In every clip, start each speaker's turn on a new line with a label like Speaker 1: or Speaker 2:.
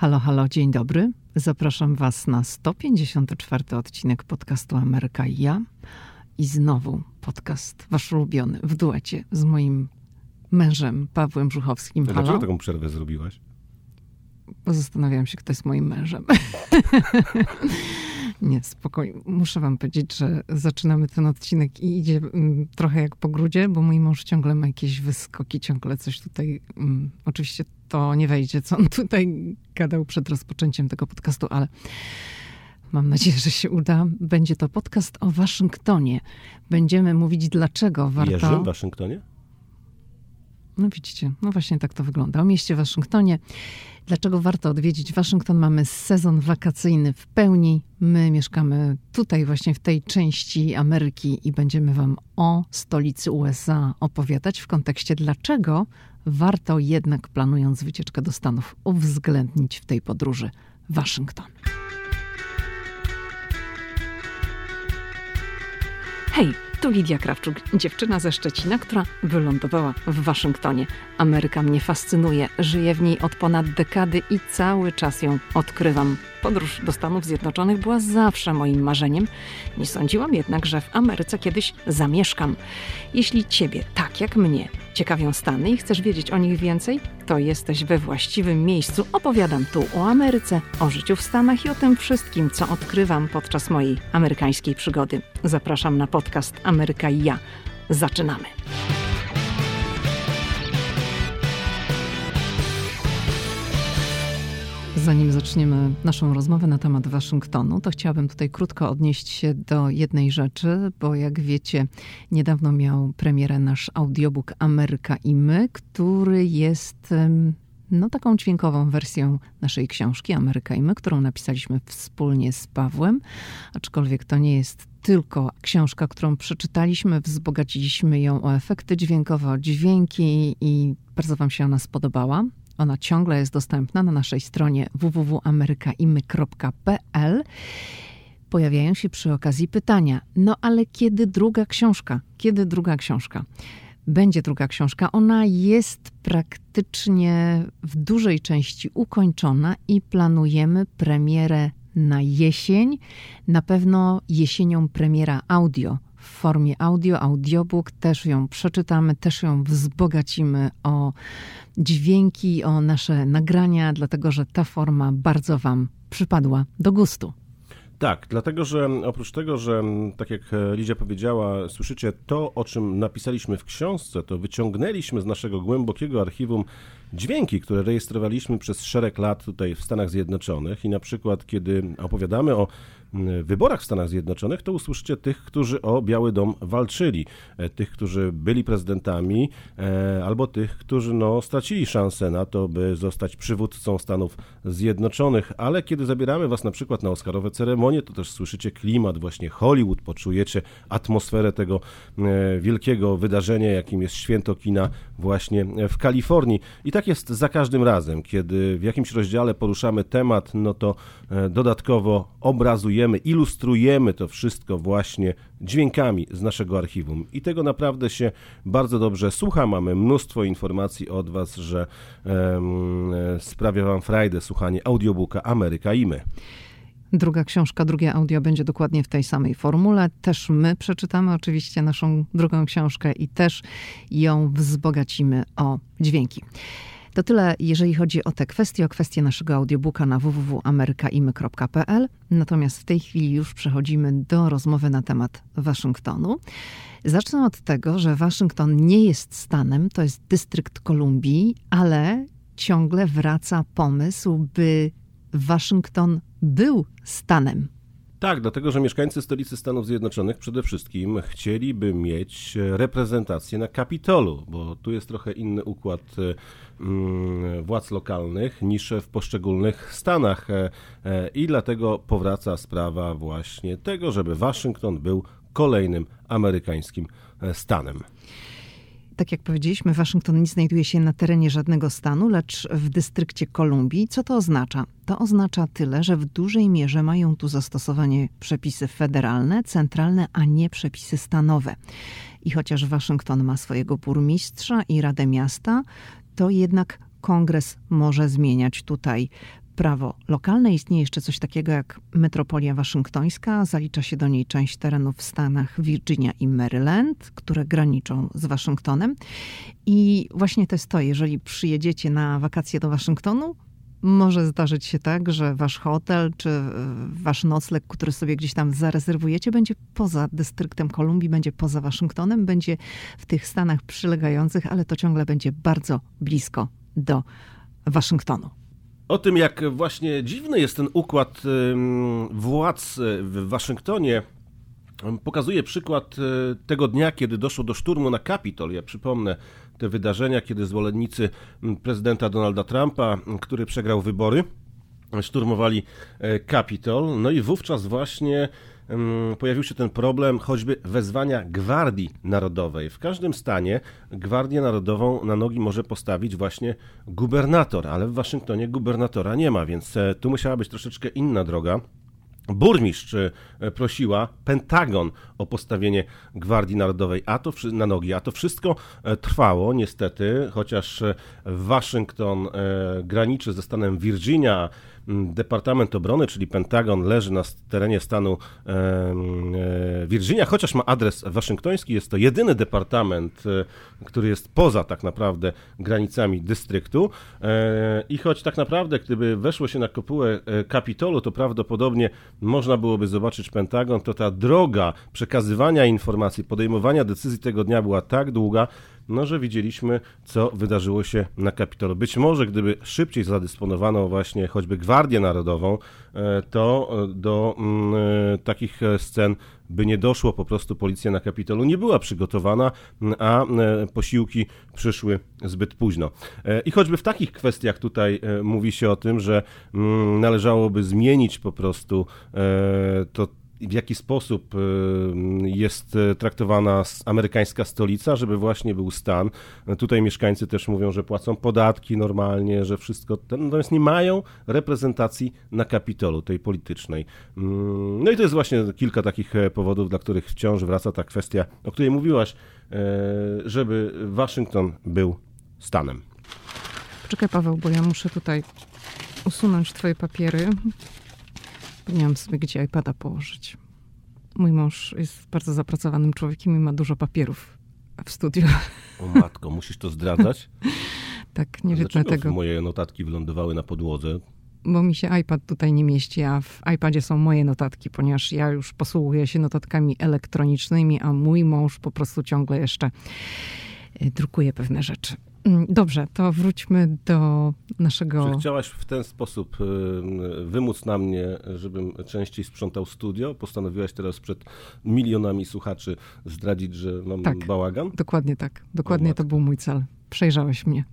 Speaker 1: Halo, halo, dzień dobry. Zapraszam Was na 154 odcinek podcastu Ameryka i ja. I znowu podcast wasz ulubiony w duecie z moim mężem Pawłem Brzuchowskim. Halo?
Speaker 2: Dlaczego taką przerwę zrobiłaś?
Speaker 1: Bo zastanawiałam się, kto jest moim mężem. Nie, spokojnie. Muszę wam powiedzieć, że zaczynamy ten odcinek i idzie trochę jak po grudzie, bo mój mąż ciągle ma jakieś wyskoki, ciągle coś tutaj... Oczywiście to nie wejdzie, co on tutaj gadał przed rozpoczęciem tego podcastu, ale mam nadzieję, że się uda. Będzie to podcast o Waszyngtonie. Będziemy mówić, dlaczego warto...
Speaker 2: Jeżdżę w Waszyngtonie?
Speaker 1: No widzicie, no właśnie tak to wygląda. O mieście Waszyngtonie. Dlaczego warto odwiedzić Waszyngton? Mamy sezon wakacyjny w pełni. My mieszkamy tutaj właśnie w tej części Ameryki i będziemy wam o stolicy USA opowiadać w kontekście, dlaczego warto jednak, planując wycieczkę do Stanów, uwzględnić w tej podróży Waszyngton. Hej, tu Lidia Krawczuk, dziewczyna ze Szczecina, która wylądowała w Waszyngtonie. Ameryka mnie fascynuje, żyję w niej od ponad dekady i cały czas ją odkrywam. Podróż do Stanów Zjednoczonych była zawsze moim marzeniem. Nie sądziłam jednak, że w Ameryce kiedyś zamieszkam. Jeśli ciebie, tak jak mnie, ciekawią Stany i chcesz wiedzieć o nich więcej, to jesteś we właściwym miejscu. Opowiadam tu o Ameryce, o życiu w Stanach i o tym wszystkim, co odkrywam podczas mojej amerykańskiej przygody. Zapraszam na podcast Ameryka i ja. Zaczynamy! Zanim zaczniemy naszą rozmowę na temat Waszyngtonu, to chciałabym tutaj krótko odnieść się do jednej rzeczy, bo jak wiecie, niedawno miał premierę nasz audiobook Ameryka i my, który jest taką dźwiękową wersją naszej książki Ameryka i my, którą napisaliśmy wspólnie z Pawłem, aczkolwiek to nie jest tylko książka, którą przeczytaliśmy, wzbogaciliśmy ją o efekty dźwiękowe, o dźwięki i bardzo wam się ona spodobała. Ona ciągle jest dostępna na naszej stronie www.amerykaimy.pl. Pojawiają się przy okazji pytania, no ale kiedy druga książka? Kiedy druga książka? Będzie druga książka. Ona jest praktycznie w dużej części ukończona i planujemy premierę na jesień. Na pewno jesienią premiera audio. W formie audio, audiobook, też ją przeczytamy, też ją wzbogacimy o dźwięki, o nasze nagrania, dlatego że ta forma bardzo wam przypadła do gustu.
Speaker 2: Tak, dlatego że oprócz tego, że tak jak Lidia powiedziała, słyszycie to, o czym napisaliśmy w książce, to wyciągnęliśmy z naszego głębokiego archiwum dźwięki, które rejestrowaliśmy przez szereg lat tutaj w Stanach Zjednoczonych i na przykład kiedy opowiadamy o wyborach w Stanach Zjednoczonych, to usłyszycie tych, którzy o Biały Dom walczyli, tych, którzy byli prezydentami, albo tych, którzy stracili szansę na to, by zostać przywódcą Stanów Zjednoczonych, ale kiedy zabieramy was na przykład na Oscarowe ceremonie, to też słyszycie klimat właśnie Hollywood, poczujecie atmosferę tego wielkiego wydarzenia, jakim jest Święto Kina właśnie w Kalifornii. I tak jest za każdym razem, kiedy w jakimś rozdziale poruszamy temat, to dodatkowo obrazujemy, ilustrujemy to wszystko właśnie dźwiękami z naszego archiwum. I tego naprawdę się bardzo dobrze słucha. Mamy mnóstwo informacji od was, że sprawia wam frajdę słuchanie audiobooka Ameryka i my.
Speaker 1: Druga książka, drugie audio będzie dokładnie w tej samej formule. Też my przeczytamy oczywiście naszą drugą książkę i też ją wzbogacimy o dźwięki. To tyle, jeżeli chodzi o te kwestie, naszego audiobooka na www.amerykaimy.pl. Natomiast w tej chwili już przechodzimy do rozmowy na temat Waszyngtonu. Zacznę od tego, że Waszyngton nie jest stanem, to jest dystrykt Kolumbii, ale ciągle wraca pomysł, by Waszyngton był stanem.
Speaker 2: Tak, dlatego że mieszkańcy stolicy Stanów Zjednoczonych przede wszystkim chcieliby mieć reprezentację na Kapitolu, bo tu jest trochę inny układ władz lokalnych niż w poszczególnych stanach i dlatego powraca sprawa właśnie tego, żeby Waszyngton był kolejnym amerykańskim stanem.
Speaker 1: Tak jak powiedzieliśmy, Waszyngton nie znajduje się na terenie żadnego stanu, lecz w dystrykcie Kolumbii. Co to oznacza? To oznacza tyle, że w dużej mierze mają tu zastosowanie przepisy federalne, centralne, a nie przepisy stanowe. I chociaż Waszyngton ma swojego burmistrza i Radę Miasta, to jednak Kongres może zmieniać tutaj prawo lokalne. Istnieje jeszcze coś takiego jak metropolia waszyngtońska. Zalicza się do niej część terenów w stanach Virginia i Maryland, które graniczą z Waszyngtonem. I właśnie to jest to, jeżeli przyjedziecie na wakacje do Waszyngtonu, może zdarzyć się tak, że wasz hotel czy wasz nocleg, który sobie gdzieś tam zarezerwujecie, będzie poza dystryktem Kolumbii, będzie poza Waszyngtonem, będzie w tych stanach przylegających, ale to ciągle będzie bardzo blisko do Waszyngtonu.
Speaker 2: O tym, jak właśnie dziwny jest ten układ władz w Waszyngtonie, pokazuje przykład tego dnia, kiedy doszło do szturmu na Kapitol. Ja przypomnę te wydarzenia, kiedy zwolennicy prezydenta Donalda Trumpa, który przegrał wybory, szturmowali Kapitol. No i wówczas właśnie pojawił się ten problem choćby wezwania Gwardii Narodowej. W każdym stanie Gwardię Narodową na nogi może postawić właśnie gubernator, ale w Waszyngtonie gubernatora nie ma, więc tu musiała być troszeczkę inna droga. Burmistrz prosiła Pentagon o postawienie Gwardii Narodowej na nogi, a to wszystko trwało niestety, chociaż Waszyngton graniczy ze stanem Virginia, Departament Obrony, czyli Pentagon, leży na terenie stanu Virginia, chociaż ma adres waszyngtoński, jest to jedyny departament, który jest poza tak naprawdę granicami dystryktu i choć tak naprawdę gdyby weszło się na kopułę Kapitolu, to prawdopodobnie można byłoby zobaczyć Pentagon, to ta droga przekazywania informacji, podejmowania decyzji tego dnia była tak długa, no, że widzieliśmy, co wydarzyło się na Kapitolu. Być może, gdyby szybciej zadysponowano właśnie choćby Gwardię Narodową, to do takich scen by nie doszło, po prostu policja na Kapitolu nie była przygotowana, a posiłki przyszły zbyt późno. I choćby w takich kwestiach tutaj mówi się o tym, że należałoby zmienić po prostu to, w jaki sposób jest traktowana amerykańska stolica, żeby właśnie był stan. Tutaj mieszkańcy też mówią, że płacą podatki normalnie, że wszystko, natomiast nie mają reprezentacji na Kapitolu, tej politycznej. No i to jest właśnie kilka takich powodów, dla których wciąż wraca ta kwestia, o której mówiłaś, żeby Waszyngton był stanem.
Speaker 1: Poczekaj, Paweł, bo ja muszę tutaj usunąć twoje papiery. Nie mam sobie gdzie iPada położyć. Mój mąż jest bardzo zapracowanym człowiekiem i ma dużo papierów w studiu.
Speaker 2: O matko, musisz to zdradzać?
Speaker 1: Tak, nie
Speaker 2: wytnę
Speaker 1: tego.
Speaker 2: Moje notatki wylądowały na podłodze?
Speaker 1: Bo mi się iPad tutaj nie mieści, a w iPadzie są moje notatki, ponieważ ja już posługuję się notatkami elektronicznymi, a mój mąż po prostu ciągle jeszcze drukuje pewne rzeczy. Dobrze, to wróćmy do naszego...
Speaker 2: Czy chciałaś w ten sposób wymóc na mnie, żebym częściej sprzątał studio? Postanowiłaś teraz przed milionami słuchaczy zdradzić, że mam bałagan?
Speaker 1: Dokładnie tak. Dokładnie to był mój cel. Przejrzałeś mnie.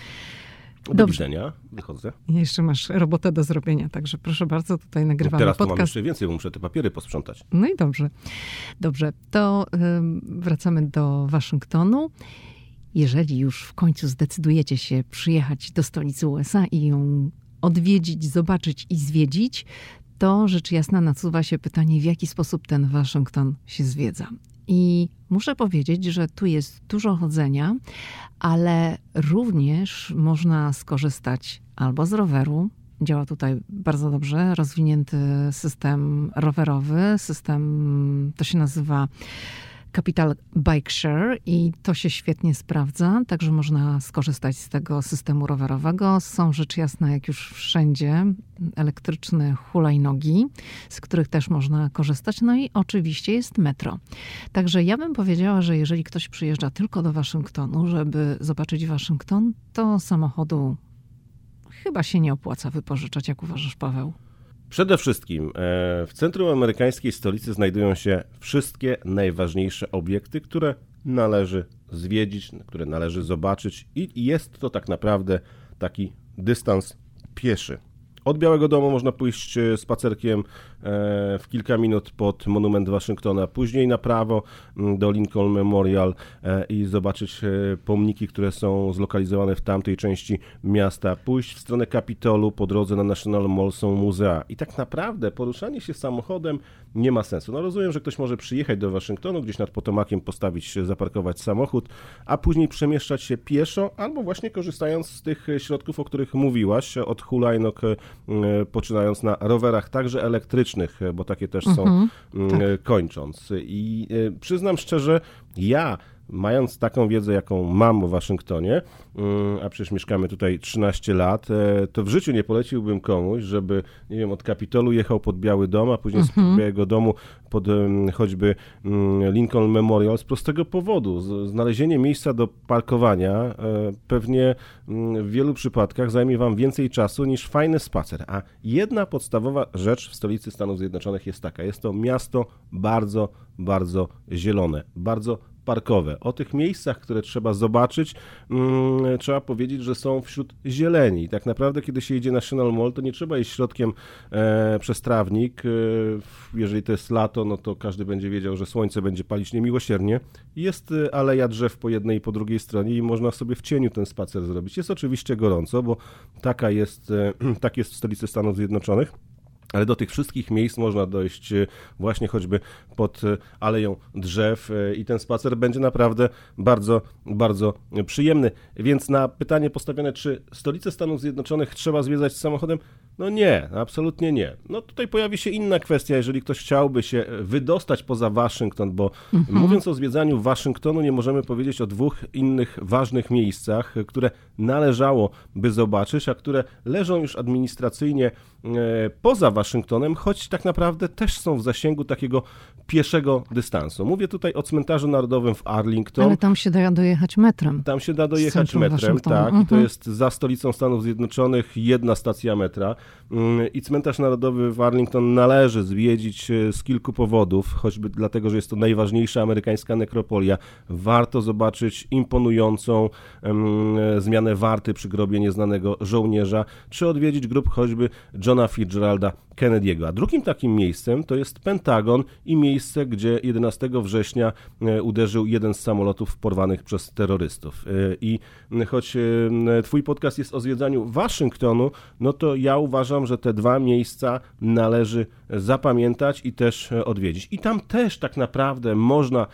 Speaker 2: Do widzenia. Wychodzę.
Speaker 1: Jeszcze masz robotę do zrobienia, także proszę bardzo, tutaj nagrywamy
Speaker 2: teraz
Speaker 1: podcast.
Speaker 2: Teraz mam jeszcze więcej, bo muszę te papiery posprzątać.
Speaker 1: No i dobrze. Dobrze, to wracamy do Waszyngtonu. Jeżeli już w końcu zdecydujecie się przyjechać do stolicy USA i ją odwiedzić, zobaczyć i zwiedzić, to rzecz jasna nasuwa się pytanie, w jaki sposób ten Waszyngton się zwiedza. I muszę powiedzieć, że tu jest dużo chodzenia, ale również można skorzystać albo z roweru. Działa tutaj bardzo dobrze rozwinięty system rowerowy. System, to się nazywa Capital Bike Share i to się świetnie sprawdza, także można skorzystać z tego systemu rowerowego. Są rzecz jasna, jak już wszędzie, elektryczne hulajnogi, z których też można korzystać. No i oczywiście jest metro. Także ja bym powiedziała, że jeżeli ktoś przyjeżdża tylko do Waszyngtonu, żeby zobaczyć Waszyngton, to samochodu chyba się nie opłaca wypożyczać. Jak uważasz, Paweł?
Speaker 2: Przede wszystkim w centrum amerykańskiej stolicy znajdują się wszystkie najważniejsze obiekty, które należy zwiedzić, które należy zobaczyć i jest to tak naprawdę taki dystans pieszy. Od Białego Domu można pójść spacerkiem w kilka minut pod monument Waszyngtona, później na prawo do Lincoln Memorial i zobaczyć pomniki, które są zlokalizowane w tamtej części miasta. Pójść w stronę Kapitolu, po drodze na National Mall są muzea. I tak naprawdę poruszanie się samochodem nie ma sensu. No rozumiem, że ktoś może przyjechać do Waszyngtonu, gdzieś nad Potomakiem postawić się, zaparkować samochód, a później przemieszczać się pieszo albo właśnie korzystając z tych środków, o których mówiłaś, od hulajnóg poczynając na rowerach także elektrycznych, bo takie też są, kończąc. I przyznam szczerze, ja mając taką wiedzę, jaką mam o Waszyngtonie, a przecież mieszkamy tutaj 13 lat, to w życiu nie poleciłbym komuś, żeby, nie wiem, od Kapitolu jechał pod Biały Dom, a później z Białego Domu pod choćby Lincoln Memorial z prostego powodu. Znalezienie miejsca do parkowania pewnie w wielu przypadkach zajmie wam więcej czasu niż fajny spacer. A jedna podstawowa rzecz w stolicy Stanów Zjednoczonych jest taka. Jest to miasto bardzo, bardzo zielone, bardzo parkowe. O tych miejscach, które trzeba zobaczyć, trzeba powiedzieć, że są wśród zieleni. I tak naprawdę, kiedy się jedzie na National Mall, to nie trzeba iść środkiem przez trawnik. Jeżeli to jest lato, no to każdy będzie wiedział, że słońce będzie palić niemiłosiernie. Jest aleja drzew po jednej i po drugiej stronie i można sobie w cieniu ten spacer zrobić. Jest oczywiście gorąco, bo tak jest w stolicy Stanów Zjednoczonych. Ale do tych wszystkich miejsc można dojść właśnie choćby pod aleją drzew i ten spacer będzie naprawdę bardzo, bardzo przyjemny. Więc na pytanie postawione, czy stolicę Stanów Zjednoczonych trzeba zwiedzać samochodem? No nie, absolutnie nie. No tutaj pojawi się inna kwestia, jeżeli ktoś chciałby się wydostać poza Waszyngton, bo mówiąc o zwiedzaniu Waszyngtonu, nie możemy powiedzieć o dwóch innych ważnych miejscach, które należałoby zobaczyć, a które leżą już administracyjnie poza Waszyngtonem, choć tak naprawdę też są w zasięgu takiego pieszego dystansu. Mówię tutaj o cmentarzu narodowym w Arlington.
Speaker 1: Ale tam się da dojechać metrem.
Speaker 2: Tam się da dojechać metrem, tak. I to jest za stolicą Stanów Zjednoczonych jedna stacja metra. I cmentarz narodowy w Arlington należy zwiedzić z kilku powodów, choćby dlatego, że jest to najważniejsza amerykańska nekropolia. Warto zobaczyć imponującą zmianę warty przy grobie nieznanego żołnierza, czy odwiedzić grób choćby Johna Fitzgeralda Kennedy'ego. A drugim takim miejscem to jest Pentagon i miejsce, gdzie 11 września uderzył jeden z samolotów porwanych przez terrorystów. I choć twój podcast jest o zwiedzaniu Waszyngtonu, no to ja uważam, że te dwa miejsca należy zapamiętać i też odwiedzić. I tam też tak naprawdę można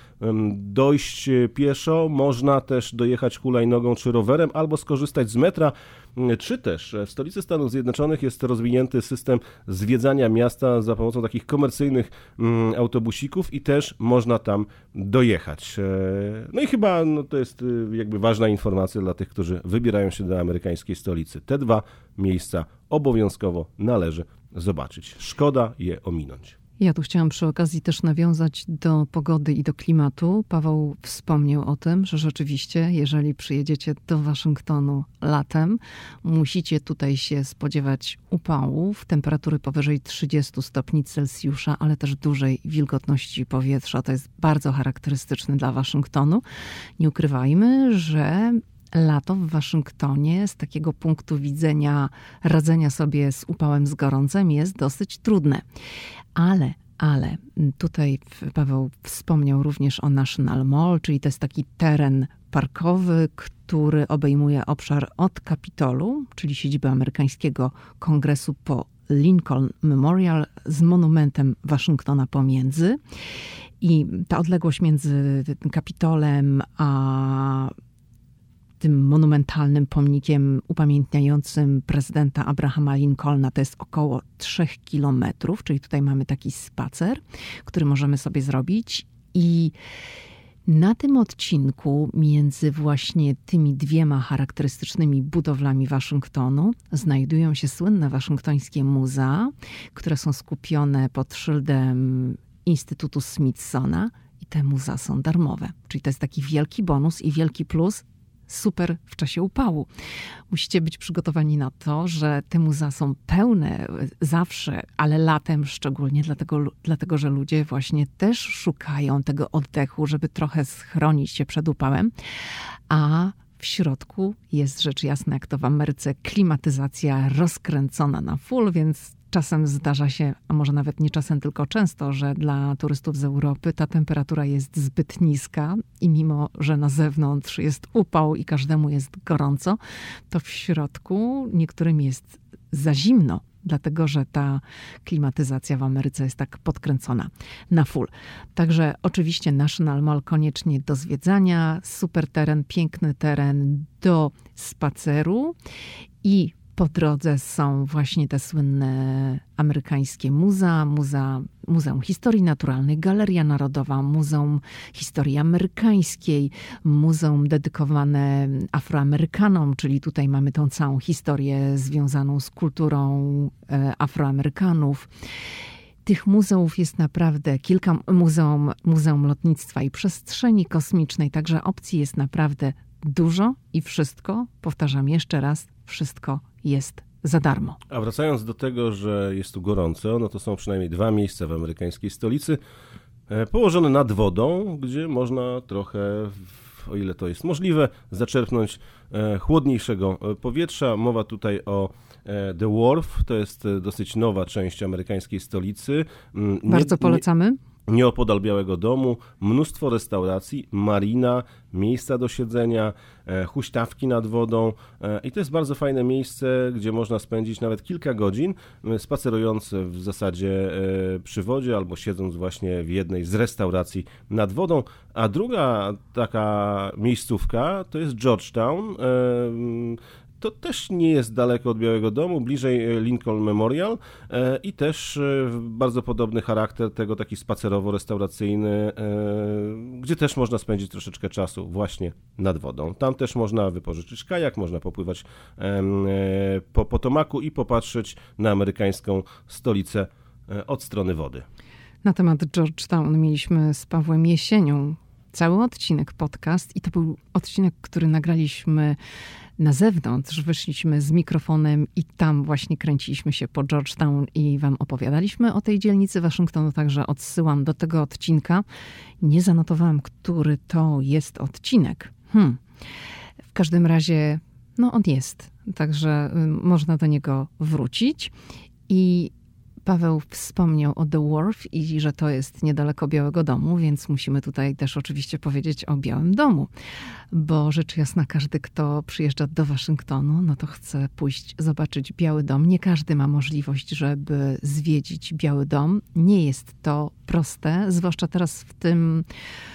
Speaker 2: dojść pieszo, można też dojechać hulajnogą czy rowerem, albo skorzystać z metra, czy też w stolicy Stanów Zjednoczonych jest rozwinięty system zwiedzania miasta za pomocą takich komercyjnych autobusików i też można tam dojechać. No i chyba to jest jakby ważna informacja dla tych, którzy wybierają się do amerykańskiej stolicy. Te dwa miejsca obowiązkowo należy zobaczyć. Szkoda je ominąć.
Speaker 1: Ja tu chciałam przy okazji też nawiązać do pogody i do klimatu. Paweł wspomniał o tym, że rzeczywiście, jeżeli przyjedziecie do Waszyngtonu latem, musicie tutaj się spodziewać upałów, temperatury powyżej 30 stopni Celsjusza, ale też dużej wilgotności powietrza. To jest bardzo charakterystyczne dla Waszyngtonu. Nie ukrywajmy, że lato w Waszyngtonie z takiego punktu widzenia radzenia sobie z upałem, z gorącem jest dosyć trudne. Ale tutaj Paweł wspomniał również o National Mall, czyli to jest taki teren parkowy, który obejmuje obszar od Kapitolu, czyli siedziby amerykańskiego kongresu, po Lincoln Memorial z monumentem Waszyngtona pomiędzy. I ta odległość między Kapitolem a tym monumentalnym pomnikiem upamiętniającym prezydenta Abrahama Lincolna to jest około 3 kilometrów, czyli tutaj mamy taki spacer, który możemy sobie zrobić i na tym odcinku między właśnie tymi dwiema charakterystycznymi budowlami Waszyngtonu znajdują się słynne waszyngtońskie muzea, które są skupione pod szyldem Instytutu Smithsona i te muzea są darmowe. Czyli to jest taki wielki bonus i wielki plus, super w czasie upału. Musicie być przygotowani na to, że te muzea są pełne zawsze, ale latem szczególnie, dlatego że ludzie właśnie też szukają tego oddechu, żeby trochę schronić się przed upałem, a w środku jest rzecz jasna, jak to w Ameryce, klimatyzacja rozkręcona na full, więc czasem zdarza się, a może nawet nie czasem, tylko często, że dla turystów z Europy ta temperatura jest zbyt niska i mimo, że na zewnątrz jest upał i każdemu jest gorąco, to w środku niektórym jest za zimno, dlatego że ta klimatyzacja w Ameryce jest tak podkręcona na full. Także oczywiście National Mall koniecznie do zwiedzania, super teren, piękny teren do spaceru i Po drodze są właśnie te słynne amerykańskie Muzeum Historii Naturalnej, Galeria Narodowa, Muzeum Historii Amerykańskiej, muzeum dedykowane Afroamerykanom, czyli tutaj mamy tą całą historię związaną z kulturą Afroamerykanów. Tych muzeów jest naprawdę kilka, Muzeum Lotnictwa i Przestrzeni Kosmicznej, także opcji jest naprawdę dużo i wszystko, powtarzam jeszcze raz, wszystko jest za darmo.
Speaker 2: A wracając do tego, że jest tu gorąco, no to są przynajmniej 2 miejsca w amerykańskiej stolicy położone nad wodą, gdzie można trochę, o ile to jest możliwe, zaczerpnąć chłodniejszego powietrza. Mowa tutaj o The Wharf, to jest dosyć nowa część amerykańskiej stolicy.
Speaker 1: Bardzo polecamy.
Speaker 2: Nieopodal Białego Domu, mnóstwo restauracji, marina, miejsca do siedzenia, huśtawki nad wodą i to jest bardzo fajne miejsce, gdzie można spędzić nawet kilka godzin spacerując w zasadzie przy wodzie albo siedząc właśnie w jednej z restauracji nad wodą, a druga taka miejscówka to jest Georgetown. To też nie jest daleko od Białego Domu, bliżej Lincoln Memorial i też bardzo podobny charakter tego, taki spacerowo-restauracyjny, gdzie też można spędzić troszeczkę czasu właśnie nad wodą. Tam też można wypożyczyć kajak, można popływać po Potomacu i popatrzeć na amerykańską stolicę od strony wody.
Speaker 1: Na temat Georgetown mieliśmy z Pawłem jesienią cały odcinek podcast i to był odcinek, który nagraliśmy na zewnątrz, wyszliśmy z mikrofonem i tam właśnie kręciliśmy się po Georgetown i wam opowiadaliśmy o tej dzielnicy Waszyngtonu, także odsyłam do tego odcinka. Nie zanotowałam, który to jest odcinek. W każdym razie, no on jest, także można do niego wrócić. I Paweł wspomniał o The Wharf i że to jest niedaleko Białego Domu, więc musimy tutaj też oczywiście powiedzieć o Białym Domu, bo rzecz jasna każdy, kto przyjeżdża do Waszyngtonu, no to chce pójść zobaczyć Biały Dom. Nie każdy ma możliwość, żeby zwiedzić Biały Dom. Nie jest to proste, zwłaszcza teraz w tym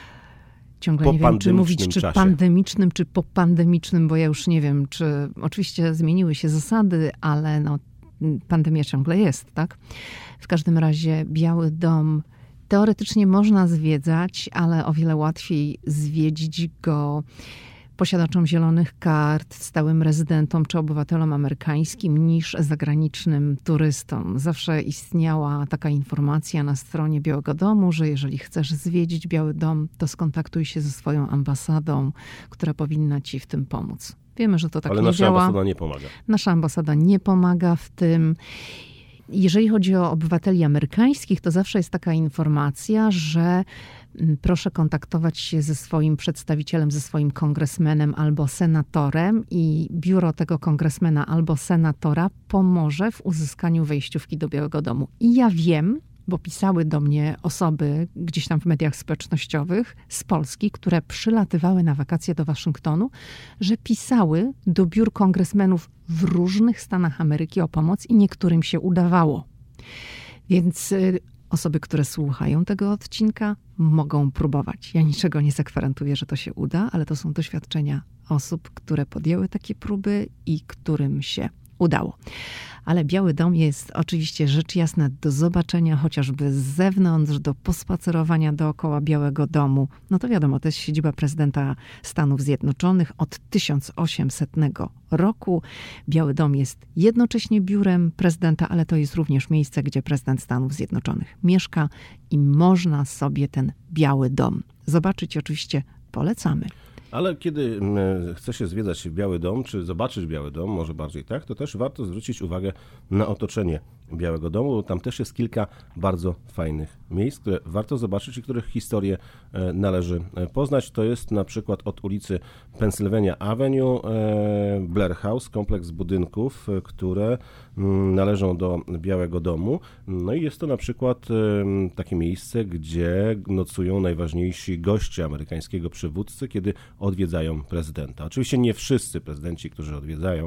Speaker 1: ciągle nie wiem, czy mówić, czy pandemicznym, czy popandemicznym, bo ja już nie wiem, czy oczywiście zmieniły się zasady, ale no pandemia ciągle jest, tak? W każdym razie Biały Dom teoretycznie można zwiedzać, ale o wiele łatwiej zwiedzić go posiadaczom zielonych kart, stałym rezydentom czy obywatelom amerykańskim niż zagranicznym turystom. Zawsze istniała taka informacja na stronie Białego Domu, że jeżeli chcesz zwiedzić Biały Dom, to skontaktuj się ze swoją ambasadą, która powinna ci w tym pomóc. Wiemy, że to tak nie działa.
Speaker 2: Ale nasza ambasada nie pomaga.
Speaker 1: Nasza ambasada nie pomaga w tym. Jeżeli chodzi o obywateli amerykańskich, to zawsze jest taka informacja, że proszę kontaktować się ze swoim przedstawicielem, ze swoim kongresmenem albo senatorem i biuro tego kongresmena albo senatora pomoże w uzyskaniu wejściówki do Białego Domu. I ja wiem, bo pisały do mnie osoby gdzieś tam w mediach społecznościowych z Polski, które przylatywały na wakacje do Waszyngtonu, że pisały do biur kongresmenów w różnych stanach Ameryki o pomoc i niektórym się udawało. Więc osoby, które słuchają tego odcinka, mogą próbować. Ja niczego nie zagwarantuję, że to się uda, ale to są doświadczenia osób, które podjęły takie próby i którym się udało. Ale Biały Dom jest oczywiście rzecz jasna do zobaczenia chociażby z zewnątrz, do pospacerowania dookoła Białego Domu. No to wiadomo, to jest siedziba prezydenta Stanów Zjednoczonych od 1800 roku. Biały Dom jest jednocześnie biurem prezydenta, ale to jest również miejsce, gdzie prezydent Stanów Zjednoczonych mieszka i można sobie ten Biały Dom zobaczyć. Oczywiście polecamy.
Speaker 2: Ale kiedy chce się zwiedzać Biały Dom, czy zobaczyć Biały Dom, może bardziej tak, to też warto zwrócić uwagę na otoczenie Białego Domu, bo tam też jest kilka bardzo fajnych miejsc, które warto zobaczyć i których historię należy poznać. To jest na przykład od ulicy Pennsylvania Avenue Blair House, kompleks budynków, które należą do Białego Domu. No i jest to na przykład takie miejsce, gdzie nocują najważniejsi goście amerykańskiego przywódcy, kiedy odwiedzają prezydenta. Oczywiście nie wszyscy prezydenci, którzy odwiedzają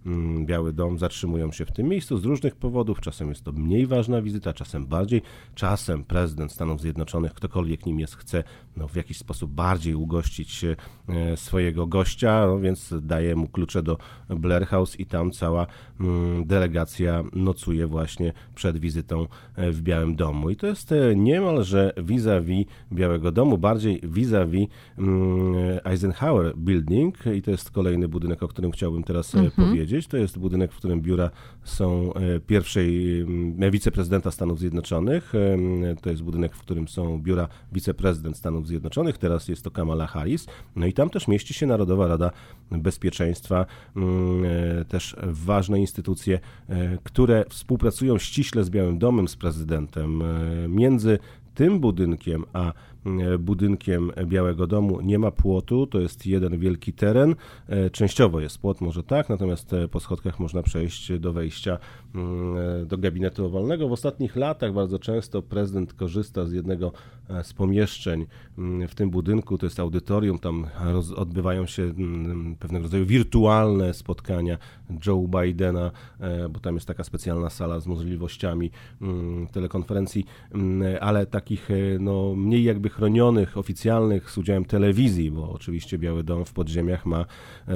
Speaker 2: Biały Dom, zatrzymują się w tym miejscu z różnych powodów. Czasem jest to mniej ważna wizyta, czasem bardziej. Czasem prezydent Stanów Zjednoczonych, ktokolwiek nim jest, chce w jakiś sposób bardziej ugościć swojego gościa, więc daje mu klucze do Blair House i tam cała delegacja nocuje właśnie przed wizytą w Białym Domu. I to jest niemalże vis-a-vis Białego Domu, bardziej vis-a-vis Eisenhower Building i to jest kolejny budynek, o którym chciałbym teraz powiedzieć. To jest budynek, w którym biura są pierwszej wiceprezydenta Stanów Zjednoczonych. To jest budynek, w którym są biura wiceprezydent Stanów Zjednoczonych. Teraz jest to Kamala Harris. No i tam też mieści się Narodowa Rada Bezpieczeństwa. Też ważne instytucje, które współpracują ściśle z Białym Domem, z prezydentem. Między tym budynkiem a budynkiem Białego Domu nie ma płotu, to jest jeden wielki teren. Częściowo jest płot, może tak, natomiast po schodkach można przejść do wejścia do gabinetu owalnego. W ostatnich latach bardzo często prezydent korzysta z jednego z pomieszczeń w tym budynku, to jest audytorium, tam odbywają się pewnego rodzaju wirtualne spotkania Joe Bidena, bo tam jest taka specjalna sala z możliwościami telekonferencji, ale takich mniej jakby chronionych, oficjalnych z udziałem telewizji, bo oczywiście Biały Dom w podziemiach ma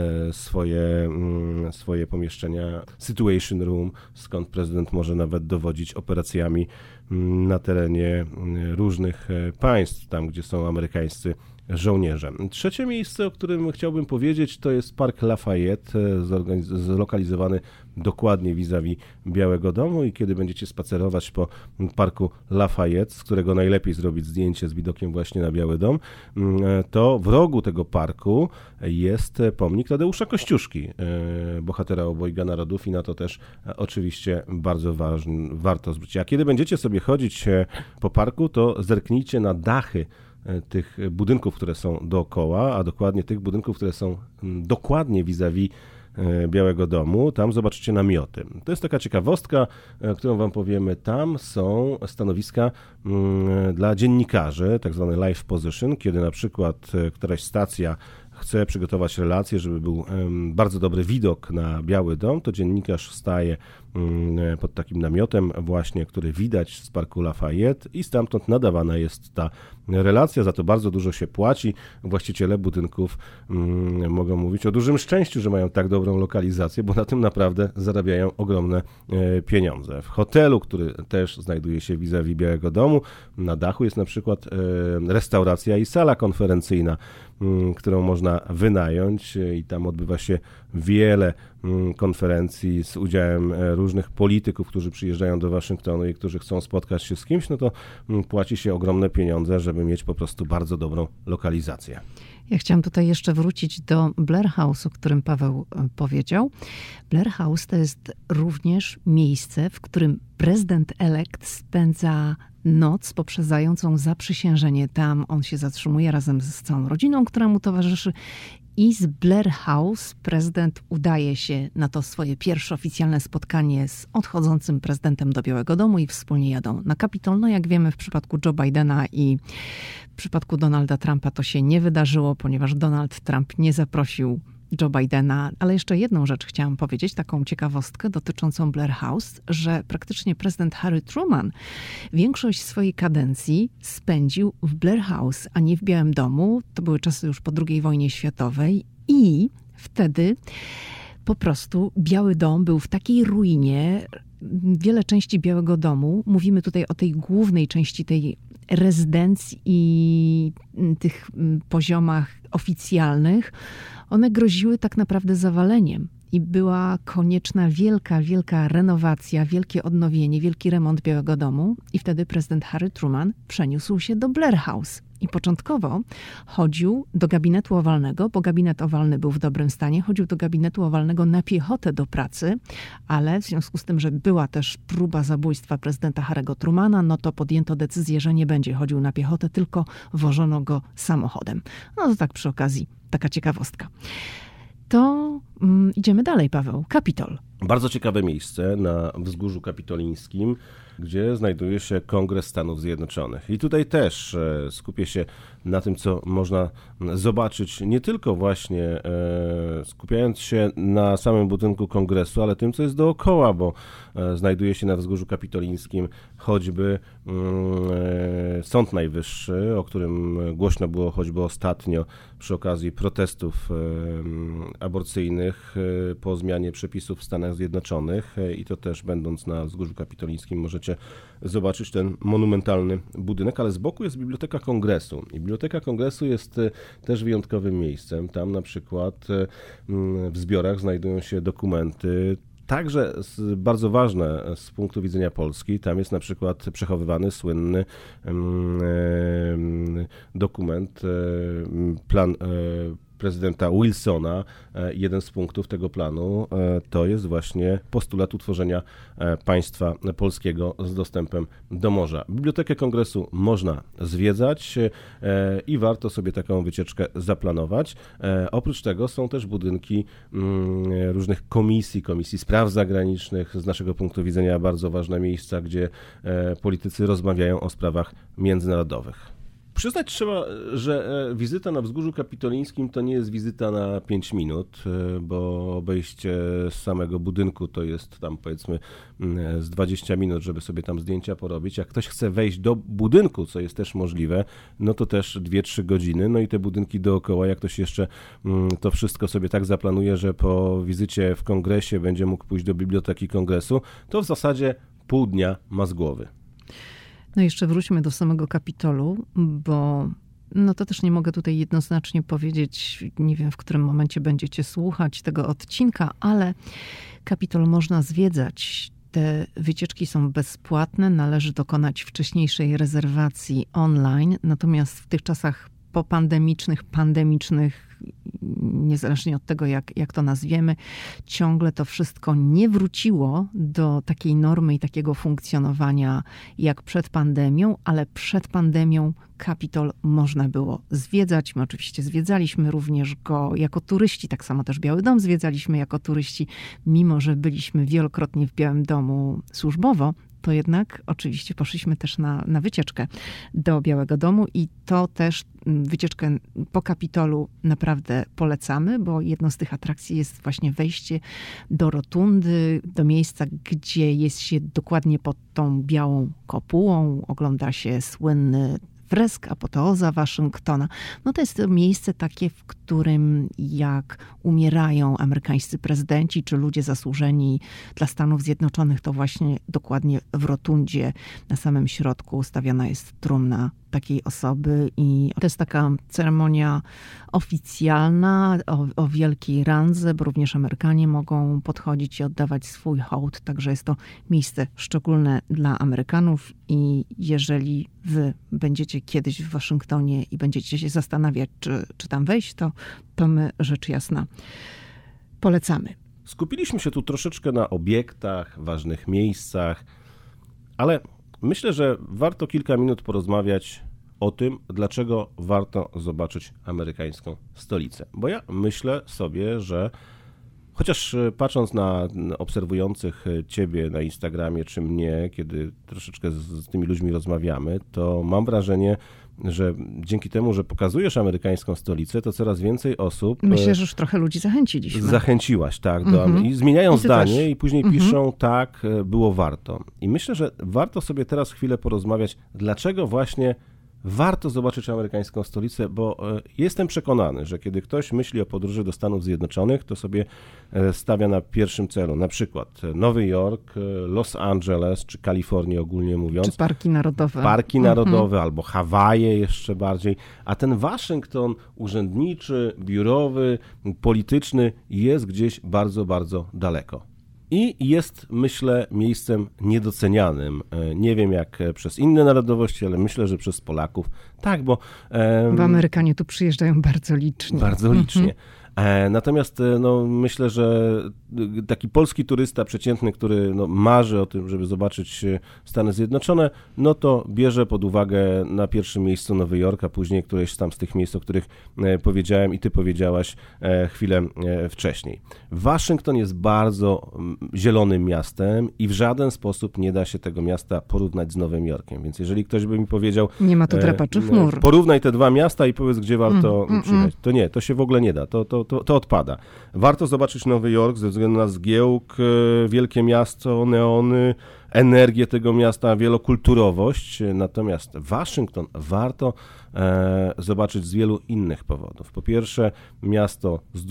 Speaker 2: swoje pomieszczenia, Situation Room, skąd prezydent może nawet dowodzić operacjami na terenie różnych państw, tam gdzie są amerykańscy żołnierze. Trzecie miejsce, o którym chciałbym powiedzieć, to jest Park Lafayette, zlokalizowany dokładnie vis-a-vis Białego Domu i kiedy będziecie spacerować po Parku Lafayette, z którego najlepiej zrobić zdjęcie z widokiem właśnie na Biały Dom, to w rogu tego parku jest pomnik Tadeusza Kościuszki, bohatera obojga narodów i na to też oczywiście bardzo warto zwrócić. A kiedy będziecie sobie chodzić po parku, to zerknijcie na dachy tych budynków, które są dookoła, a dokładnie tych budynków, które są dokładnie vis-a-vis Białego Domu. Tam zobaczycie namioty. To jest taka ciekawostka, którą wam powiemy. Tam są stanowiska dla dziennikarzy, tak zwane live position, kiedy na przykład któraś stacja chce przygotować relację, żeby był bardzo dobry widok na Biały Dom, to dziennikarz staje pod takim namiotem właśnie, który widać z Parku Lafayette i stamtąd nadawana jest ta relacja, za to bardzo dużo się płaci. Właściciele budynków mogą mówić o dużym szczęściu, że mają tak dobrą lokalizację, bo na tym naprawdę zarabiają ogromne pieniądze. W hotelu, który też znajduje się vis-a-vis Białego Domu, na dachu jest na przykład restauracja i sala konferencyjna, którą można wynająć i tam odbywa się wiele konferencji z udziałem różnych polityków, którzy przyjeżdżają do Waszyngtonu i którzy chcą spotkać się z kimś, no to płaci się ogromne pieniądze, żeby mieć po prostu bardzo dobrą lokalizację.
Speaker 1: Ja chciałam tutaj jeszcze wrócić do Blair House, o którym Paweł powiedział. Blair House to jest również miejsce, w którym prezydent-elekt spędza noc poprzedzającą zaprzysiężenie. Tam on się zatrzymuje razem z całą rodziną, która mu towarzyszy. I z Blair House prezydent udaje się na to swoje pierwsze oficjalne spotkanie z odchodzącym prezydentem do Białego Domu i wspólnie jadą na Kapitol. No jak wiemy, w przypadku Joe Bidena i w przypadku Donalda Trumpa to się nie wydarzyło, ponieważ Donald Trump nie zaprosił Joe Bidena. Ale jeszcze jedną rzecz chciałam powiedzieć, taką ciekawostkę dotyczącą Blair House, że praktycznie prezydent Harry Truman większość swojej kadencji spędził w Blair House, a nie w Białym Domu. To były czasy już po II wojnie światowej i wtedy po prostu Biały Dom był w takiej ruinie. Wiele części Białego Domu, mówimy tutaj o tej głównej części tej rezydencji i tych poziomach oficjalnych, one groziły tak naprawdę zawaleniem i była konieczna wielka renowacja, wielkie odnowienie, wielki remont Białego Domu i wtedy prezydent Harry Truman przeniósł się do Blair House. I początkowo chodził do gabinetu owalnego, bo gabinet owalny był w dobrym stanie, chodził do gabinetu owalnego na piechotę do pracy, ale w związku z tym, że była też próba zabójstwa prezydenta Harry'ego Trumana, no to podjęto decyzję, że nie będzie chodził na piechotę, tylko wożono go samochodem. No to tak przy okazji, taka ciekawostka. To idziemy dalej, Paweł. Kapitol.
Speaker 2: Bardzo ciekawe miejsce na Wzgórzu Kapitolińskim, gdzie znajduje się Kongres Stanów Zjednoczonych. I tutaj też skupię się na tym, co można zobaczyć, nie tylko właśnie skupiając się na samym budynku kongresu, ale tym, co jest dookoła, bo znajduje się na Wzgórzu Kapitolińskim choćby Sąd Najwyższy, o którym głośno było choćby ostatnio przy okazji protestów aborcyjnych po zmianie przepisów w Stanach Zjednoczonych i to też będąc na Wzgórzu Kapitolińskim możecie zobaczyć ten monumentalny budynek, ale z boku jest Biblioteka Kongresu. I Biblioteka Kongresu jest też wyjątkowym miejscem. Tam na przykład w zbiorach znajdują się dokumenty, także bardzo ważne z punktu widzenia Polski. Tam jest na przykład przechowywany słynny dokument, plan prezydenta Wilsona. Jeden z punktów tego planu to jest właśnie postulat utworzenia państwa polskiego z dostępem do morza. Bibliotekę Kongresu można zwiedzać i warto sobie taką wycieczkę zaplanować. Oprócz tego są też budynki różnych komisji spraw zagranicznych, z naszego punktu widzenia bardzo ważne miejsca, gdzie politycy rozmawiają o sprawach międzynarodowych. Przyznać trzeba, że wizyta na Wzgórzu Kapitolińskim to nie jest wizyta na 5 minut, bo obejście z samego budynku to jest tam powiedzmy z 20 minut, żeby sobie tam zdjęcia porobić. Jak ktoś chce wejść do budynku, co jest też możliwe, no to też 2-3 godziny. No i te budynki dookoła, jak ktoś jeszcze to wszystko sobie tak zaplanuje, że po wizycie w kongresie będzie mógł pójść do Biblioteki Kongresu, to w zasadzie pół dnia ma z głowy.
Speaker 1: No jeszcze wróćmy do samego Kapitolu, bo no to też nie mogę tutaj jednoznacznie powiedzieć, nie wiem w którym momencie będziecie słuchać tego odcinka, ale Kapitol można zwiedzać. Te wycieczki są bezpłatne, należy dokonać wcześniejszej rezerwacji online, natomiast w tych czasach popandemicznych, niezależnie od tego, jak to nazwiemy, ciągle to wszystko nie wróciło do takiej normy i takiego funkcjonowania jak przed pandemią, ale przed pandemią Kapitol można było zwiedzać. My oczywiście zwiedzaliśmy również go jako turyści, tak samo też Biały Dom zwiedzaliśmy jako turyści, mimo że byliśmy wielokrotnie w Białym Domu służbowo, to jednak oczywiście poszliśmy też na wycieczkę do Białego Domu i to też wycieczkę po Kapitolu naprawdę polecamy, bo jedną z tych atrakcji jest właśnie wejście do rotundy, do miejsca, gdzie jest się dokładnie pod tą białą kopułą, ogląda się słynny fresk Apoteoza Waszyngtona. No to jest to miejsce takie, w którym jak umierają amerykańscy prezydenci czy ludzie zasłużeni dla Stanów Zjednoczonych, to właśnie dokładnie w rotundzie na samym środku ustawiona jest trumna takiej osoby i to jest taka ceremonia oficjalna o wielkiej randze, bo również Amerykanie mogą podchodzić i oddawać swój hołd, także jest to miejsce szczególne dla Amerykanów i jeżeli wy będziecie kiedyś w Waszyngtonie i będziecie się zastanawiać, czy tam wejść, to my rzecz jasna polecamy.
Speaker 2: Skupiliśmy się tu troszeczkę na obiektach, ważnych miejscach, ale myślę, że warto kilka minut porozmawiać o tym, dlaczego warto zobaczyć amerykańską stolicę. Bo ja myślę sobie, że chociaż patrząc na obserwujących ciebie na Instagramie czy mnie, kiedy troszeczkę z tymi ludźmi rozmawiamy, to mam wrażenie, że dzięki temu, że pokazujesz amerykańską stolicę, to coraz więcej osób...
Speaker 1: Myślę, że już trochę ludzi zachęciliśmy.
Speaker 2: Zachęciłaś, tak. I zmieniają zdanie i później piszą, tak, było warto. I myślę, że warto sobie teraz chwilę porozmawiać, dlaczego właśnie warto zobaczyć amerykańską stolicę, bo jestem przekonany, że kiedy ktoś myśli o podróży do Stanów Zjednoczonych, to sobie stawia na pierwszym celu na przykład Nowy Jork, Los Angeles, czy Kalifornię ogólnie mówiąc.
Speaker 1: Czy parki narodowe.
Speaker 2: Parki narodowe albo Hawaje jeszcze bardziej, a ten Waszyngton urzędniczy, biurowy, polityczny jest gdzieś bardzo, bardzo daleko. I jest, myślę, miejscem niedocenianym. Nie wiem jak przez inne narodowości, ale myślę, że przez Polaków. Tak, bo...
Speaker 1: Bo Amerykanie tu przyjeżdżają bardzo licznie.
Speaker 2: Bardzo licznie. Natomiast no, myślę, że taki polski turysta przeciętny, który marzy o tym, żeby zobaczyć Stany Zjednoczone, no to bierze pod uwagę na pierwszym miejscu Nowy Jork, a później któreś tam z tych miejsc, o których powiedziałem i ty powiedziałaś chwilę wcześniej. Waszyngton jest bardzo zielonym miastem i w żaden sposób nie da się tego miasta porównać z Nowym Jorkiem, więc jeżeli ktoś by mi powiedział...
Speaker 1: Nie ma tu drapaczy chmur.
Speaker 2: Porównaj te dwa miasta i powiedz, gdzie warto przyjechać. To nie, to się w ogóle nie da, to odpada. Warto zobaczyć Nowy Jork ze względu na zgiełk, wielkie miasto, neony, energię tego miasta, wielokulturowość, natomiast Waszyngton warto zobaczyć z wielu innych powodów. Po pierwsze, miasto z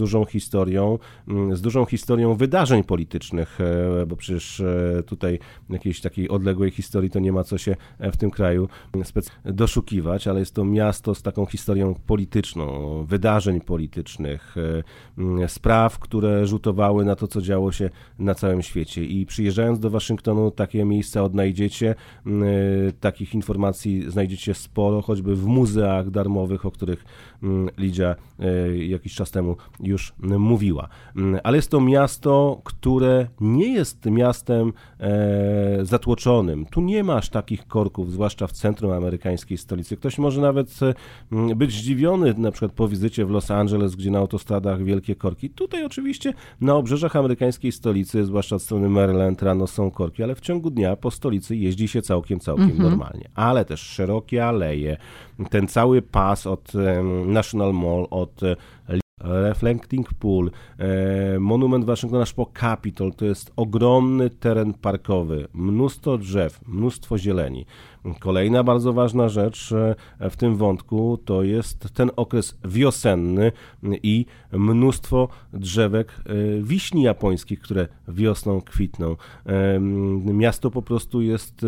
Speaker 2: dużą historią wydarzeń politycznych, bo przecież tutaj jakiejś takiej odległej historii to nie ma co się w tym kraju doszukiwać, ale jest to miasto z taką historią polityczną, wydarzeń politycznych, spraw, które rzutowały na to, co działo się na całym świecie. I przyjeżdżając do Waszyngtonu, takie miejsca odnajdziecie, takich informacji znajdziecie sporo, choćby w muzeach darmowych, o których Lidia jakiś czas temu już mówiła. Ale jest to miasto, które nie jest miastem zatłoczonym. Tu nie ma aż takich korków, zwłaszcza w centrum amerykańskiej stolicy. Ktoś może nawet być zdziwiony, na przykład po wizycie w Los Angeles, gdzie na autostradach wielkie korki. Tutaj oczywiście na obrzeżach amerykańskiej stolicy, zwłaszcza od strony Maryland, rano są korki, ale w ciągu dnia po stolicy jeździ się całkiem normalnie. Ale też szerokie aleje, ten cały pas od National Mall, od Reflecting Pool, monument Waszyngtona aż po Capitol, to jest ogromny teren parkowy, mnóstwo drzew, mnóstwo zieleni. Kolejna bardzo ważna rzecz w tym wątku to jest ten okres wiosenny i mnóstwo drzewek wiśni japońskich, które wiosną kwitną. Miasto po prostu jest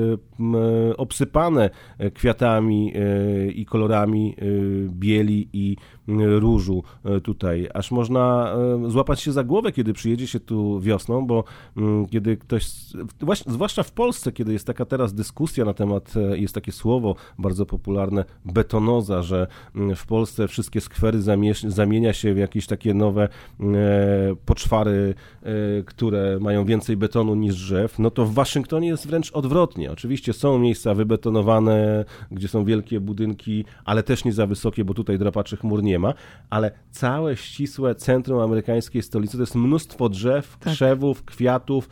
Speaker 2: obsypane kwiatami i kolorami bieli i różu tutaj, aż można złapać się za głowę, kiedy przyjedzie się tu wiosną, bo kiedy ktoś, zwłaszcza w Polsce, kiedy jest taka teraz dyskusja na temat, jest takie słowo bardzo popularne, betonoza, że w Polsce wszystkie skwery zamienia się w jakieś takie nowe poczwary, które mają więcej betonu niż drzew, no to w Waszyngtonie jest wręcz odwrotnie. Oczywiście są miejsca wybetonowane, gdzie są wielkie budynki, ale też nie za wysokie, bo tutaj drapaczy chmur nie ma, ale całe ścisłe centrum amerykańskiej stolicy to jest mnóstwo drzew, krzewów, kwiatów.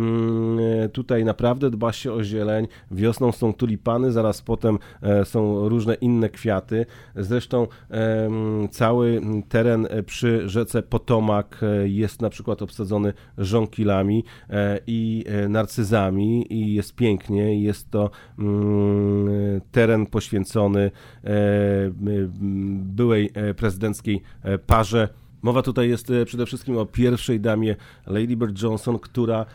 Speaker 2: Tutaj naprawdę dba się o zieleń. Wiosną są tulipany, zaraz potem są różne inne kwiaty. Zresztą cały teren przy rzece Potomac jest na przykład obsadzony żonkilami i narcyzami i jest pięknie. Jest to teren poświęcony byłej prezydenckiej parze. Mowa tutaj jest przede wszystkim o pierwszej damie Lady Bird Johnson, która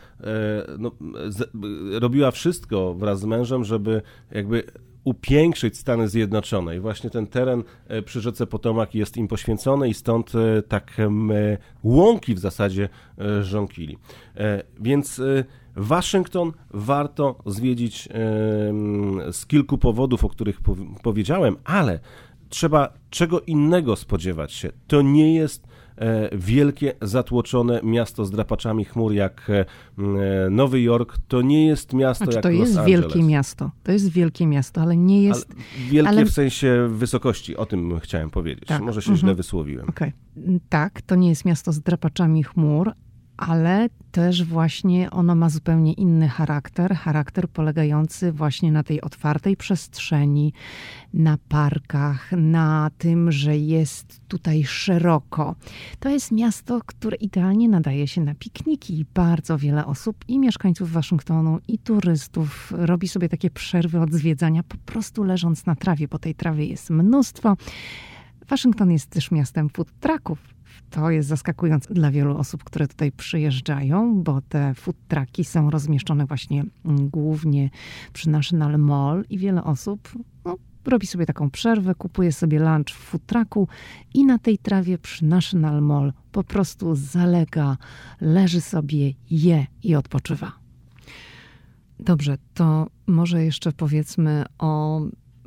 Speaker 2: robiła wszystko wraz z mężem, żeby jakby upiększyć Stany Zjednoczone. I właśnie ten teren przy rzece Potomac jest im poświęcony i stąd tak łąki w zasadzie żonkili. Więc Waszyngton warto zwiedzić z kilku powodów, o których powiedziałem, ale trzeba czego innego spodziewać się. To nie jest wielkie, zatłoczone miasto z drapaczami chmur jak Nowy Jork. To nie jest miasto jak Los Angeles.
Speaker 1: To jest wielkie miasto. To jest wielkie miasto, ale nie jest...
Speaker 2: Wielkie w sensie wysokości. O tym chciałem powiedzieć. Tak. Może się źle wysłowiłem.
Speaker 1: Okay. Tak, to nie jest miasto z drapaczami chmur, ale też właśnie ono ma zupełnie inny charakter polegający właśnie na tej otwartej przestrzeni, na parkach, na tym, że jest tutaj szeroko. To jest miasto, które idealnie nadaje się na pikniki. Bardzo wiele osób i mieszkańców Waszyngtonu, i turystów robi sobie takie przerwy od zwiedzania, po prostu leżąc na trawie, bo tej trawy jest mnóstwo. Waszyngton jest też miastem food trucków. To jest zaskakujące dla wielu osób, które tutaj przyjeżdżają, bo te food trucki są rozmieszczone właśnie głównie przy National Mall i wiele osób robi sobie taką przerwę, kupuje sobie lunch w food trucku i na tej trawie przy National Mall po prostu zalega, leży sobie, je i odpoczywa. Dobrze, to może jeszcze powiedzmy o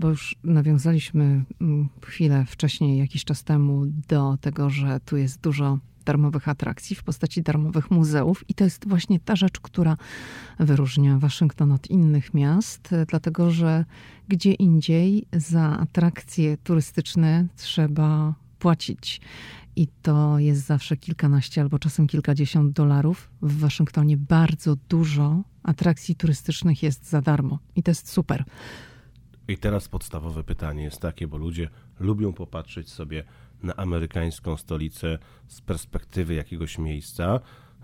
Speaker 1: bo już nawiązaliśmy chwilę wcześniej, jakiś czas temu, do tego, że tu jest dużo darmowych atrakcji w postaci darmowych muzeów i to jest właśnie ta rzecz, która wyróżnia Waszyngton od innych miast, dlatego że gdzie indziej za atrakcje turystyczne trzeba płacić. I to jest zawsze kilkanaście albo czasem kilkadziesiąt dolarów. W Waszyngtonie bardzo dużo atrakcji turystycznych jest za darmo. I to jest super.
Speaker 2: I teraz podstawowe pytanie jest takie, bo ludzie lubią popatrzeć sobie na amerykańską stolicę z perspektywy jakiegoś miejsca,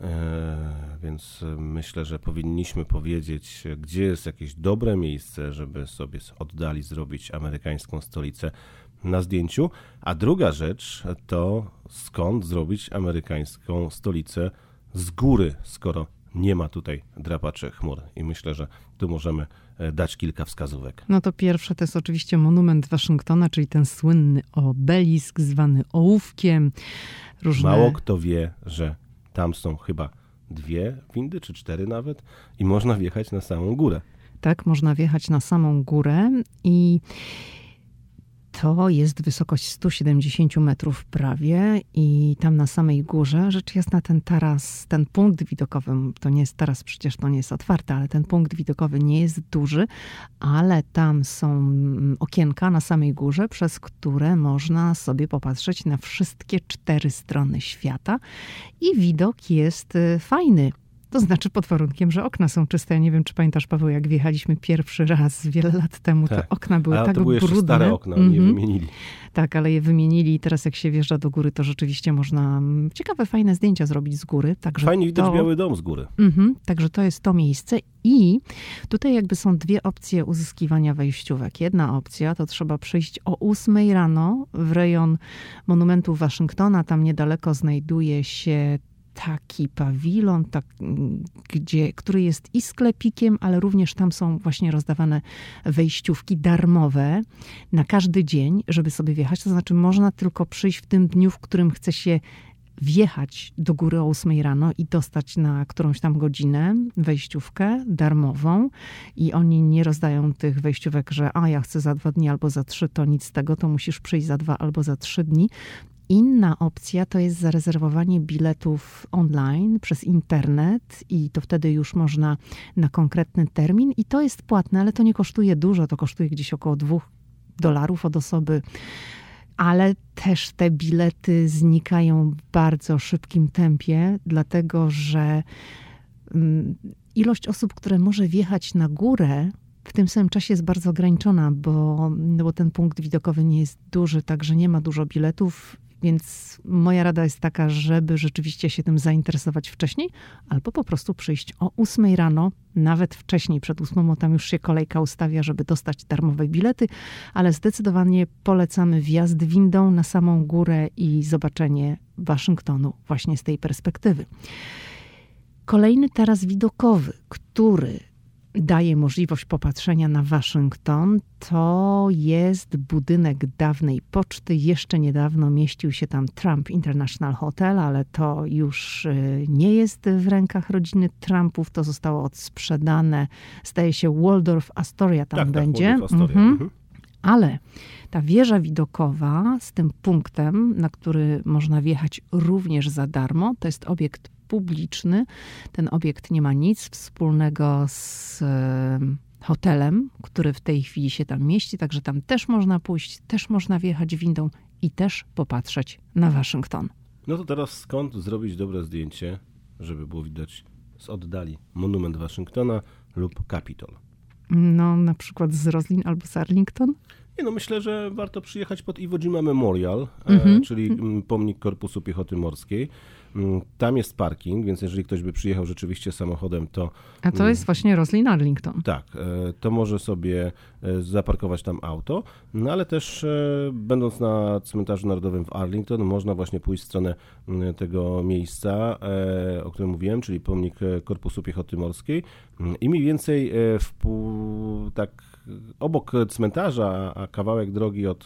Speaker 2: więc myślę, że powinniśmy powiedzieć, gdzie jest jakieś dobre miejsce, żeby sobie z oddali zrobić amerykańską stolicę na zdjęciu, a druga rzecz to skąd zrobić amerykańską stolicę z góry, skoro nie ma tutaj drapaczy chmur i myślę, że tu możemy dać kilka wskazówek.
Speaker 1: No to pierwsze to jest oczywiście monument Waszyngtona, czyli ten słynny obelisk zwany ołówkiem.
Speaker 2: Mało kto wie, że tam są chyba 2 windy, czy 4 nawet i można wjechać na samą górę.
Speaker 1: Tak, można wjechać na samą górę i to jest wysokość 170 metrów prawie i tam na samej górze, rzecz jasna, ten taras, ten punkt widokowy, to nie jest taras, przecież to nie jest otwarte, ale ten punkt widokowy nie jest duży, ale tam są okienka na samej górze, przez które można sobie popatrzeć na wszystkie 4 strony świata i widok jest fajny. To znaczy pod warunkiem, że okna są czyste. Ja nie wiem, czy pamiętasz, Paweł, jak wjechaliśmy pierwszy raz wiele lat temu,
Speaker 2: tak.
Speaker 1: Te okna były tak brudne.
Speaker 2: To były jeszcze stare okna, nie wymienili.
Speaker 1: Tak, ale je wymienili i teraz jak się wjeżdża do góry, to rzeczywiście można ciekawe, fajne zdjęcia zrobić z góry. Także
Speaker 2: fajnie widać Biały Dom z góry.
Speaker 1: Także to jest to miejsce i tutaj jakby są 2 opcje uzyskiwania wejściówek. Jedna opcja to trzeba przyjść o 8 rano w rejon monumentu Waszyngtona. Tam niedaleko znajduje się taki pawilon, który jest i sklepikiem, ale również tam są właśnie rozdawane wejściówki darmowe na każdy dzień, żeby sobie wjechać. To znaczy można tylko przyjść w tym dniu, w którym chce się wjechać do góry o 8 rano i dostać na którąś tam godzinę wejściówkę darmową i oni nie rozdają tych wejściówek, że ja chcę za 2 dni albo za 3, to nic z tego, to musisz przyjść za 2 albo za 3 dni. Inna opcja to jest zarezerwowanie biletów online przez internet i to wtedy już można na konkretny termin i to jest płatne, ale to nie kosztuje dużo, to kosztuje gdzieś około $2 od osoby, ale też te bilety znikają w bardzo szybkim tempie, dlatego że ilość osób, które może wjechać na górę w tym samym czasie jest bardzo ograniczona, bo ten punkt widokowy nie jest duży, także nie ma dużo biletów. Więc moja rada jest taka, żeby rzeczywiście się tym zainteresować wcześniej, albo po prostu przyjść o 8 rano, nawet wcześniej, przed 8, bo tam już się kolejka ustawia, żeby dostać darmowe bilety, ale zdecydowanie polecamy wjazd windą na samą górę i zobaczenie Waszyngtonu właśnie z tej perspektywy. Kolejny taras widokowy, który daje możliwość popatrzenia na Waszyngton, to jest budynek dawnej poczty. Jeszcze niedawno mieścił się tam Trump International Hotel, ale to już nie jest w rękach rodziny Trumpów. To zostało odsprzedane. Zdaje się Waldorf Astoria tam będzie.
Speaker 2: Waldorf Astoria.
Speaker 1: Ale ta wieża widokowa z tym punktem, na który można wjechać również za darmo, to jest obiekt publiczny. Ten obiekt nie ma nic wspólnego z hotelem, który w tej chwili się tam mieści, także tam też można pójść, też można wjechać windą i też popatrzeć na Waszyngton.
Speaker 2: No to teraz skąd zrobić dobre zdjęcie, żeby było widać z oddali monument Waszyngtona lub Capitol?
Speaker 1: No na przykład z Roslin albo z Arlington?
Speaker 2: Myślę, że warto przyjechać pod Iwo Jima Memorial, czyli pomnik Korpusu Piechoty Morskiej. Tam jest parking, więc jeżeli ktoś by przyjechał rzeczywiście samochodem, to...
Speaker 1: A to jest właśnie Roslin Arlington.
Speaker 2: Tak, to może sobie zaparkować tam auto, no ale też będąc na Cmentarzu Narodowym w Arlington, można właśnie pójść w stronę tego miejsca, o którym mówiłem, czyli pomnik Korpusu Piechoty Morskiej i mniej więcej tak obok cmentarza, a kawałek drogi od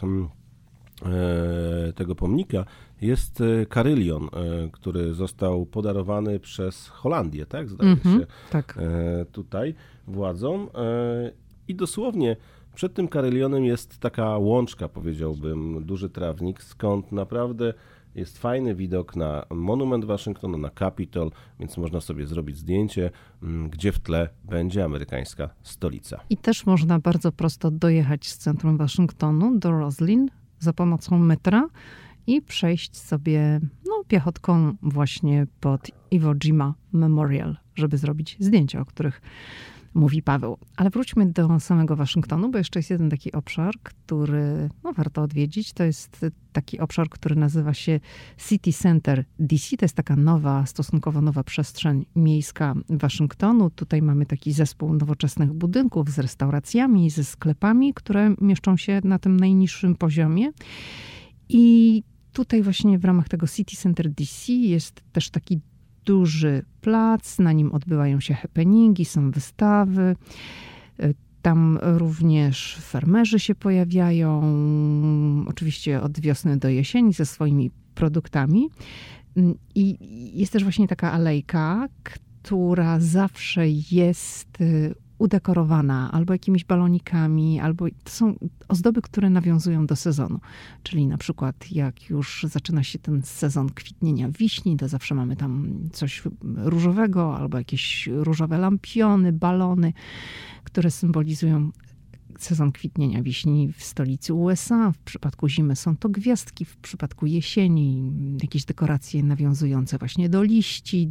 Speaker 2: tego pomnika jest karylion, który został podarowany przez Holandię, tak? Zdaje się,
Speaker 1: tak.
Speaker 2: Tutaj władzom. I dosłownie Przed tym Carillionem jest taka łączka, powiedziałbym, duży trawnik, skąd naprawdę jest fajny widok na monument Waszyngtonu, na Capitol, więc można sobie zrobić zdjęcie, gdzie w tle będzie amerykańska stolica.
Speaker 1: I też można bardzo prosto dojechać z centrum Waszyngtonu do Roslyn za pomocą metra i przejść sobie piechotką właśnie pod Iwo Jima Memorial, żeby zrobić zdjęcia, o których mówi Paweł. Ale wróćmy do samego Waszyngtonu, bo jeszcze jest jeden taki obszar, który warto odwiedzić. To jest taki obszar, który nazywa się City Center DC. To jest taka stosunkowo nowa przestrzeń miejska Waszyngtonu. Tutaj mamy taki zespół nowoczesnych budynków z restauracjami, ze sklepami, które mieszczą się na tym najniższym poziomie. I tutaj właśnie w ramach tego City Center DC jest też taki duży plac, na nim odbywają się happeningi, są wystawy. Tam również fermerzy się pojawiają, oczywiście od wiosny do jesieni ze swoimi produktami. I jest też właśnie taka alejka, która zawsze jest udekorowana albo jakimiś balonikami, albo to są ozdoby, które nawiązują do sezonu. Czyli na przykład jak już zaczyna się ten sezon kwitnienia wiśni, to zawsze mamy tam coś różowego, albo jakieś różowe lampiony, balony, które symbolizują sezon kwitnienia wiśni w stolicy USA. W przypadku zimy są to gwiazdki, w przypadku jesieni jakieś dekoracje nawiązujące właśnie do liści,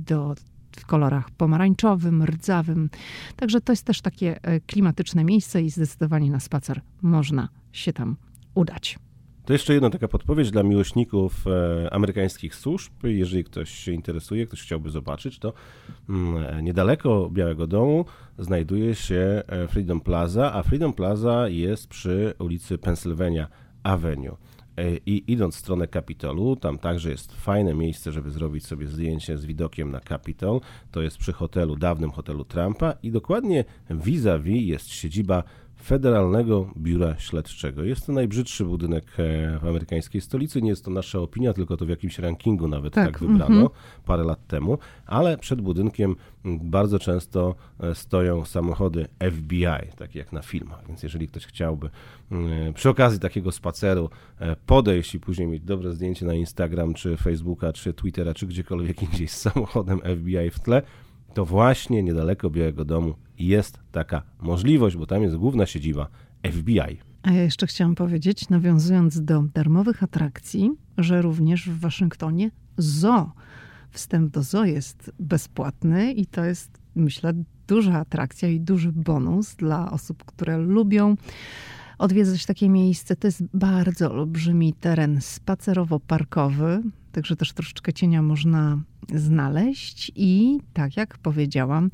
Speaker 1: w kolorach pomarańczowym, rdzawym. Także to jest też takie klimatyczne miejsce i zdecydowanie na spacer można się tam udać.
Speaker 2: To jeszcze jedna taka podpowiedź dla miłośników amerykańskich służb. Jeżeli ktoś się interesuje, ktoś chciałby zobaczyć, to niedaleko Białego Domu znajduje się Freedom Plaza, a Freedom Plaza jest przy ulicy Pennsylvania Avenue. I idąc w stronę Kapitolu, tam także jest fajne miejsce, żeby zrobić sobie zdjęcie z widokiem na Capitol. To jest przy dawnym hotelu Trumpa i dokładnie vis-a-vis jest siedziba Federalnego Biura Śledczego. Jest to najbrzydszy budynek w amerykańskiej stolicy. Nie jest to nasza opinia, tylko to w jakimś rankingu nawet tak wybrano parę lat temu, ale przed budynkiem bardzo często stoją samochody FBI, takie jak na filmach. Więc jeżeli ktoś chciałby przy okazji takiego spaceru podejść i później mieć dobre zdjęcie na Instagram, czy Facebooka, czy Twittera, czy gdziekolwiek indziej z samochodem FBI w tle, to właśnie niedaleko Białego Domu jest taka możliwość, bo tam jest główna siedziba FBI.
Speaker 1: A ja jeszcze chciałam powiedzieć, nawiązując do darmowych atrakcji, że również w Waszyngtonie zoo. Wstęp do zoo jest bezpłatny i to jest, myślę, duża atrakcja i duży bonus dla osób, które lubią odwiedzać takie miejsce. To jest bardzo olbrzymi teren spacerowo-parkowy, także też troszeczkę cienia można znaleźć i tak jak powiedziałam,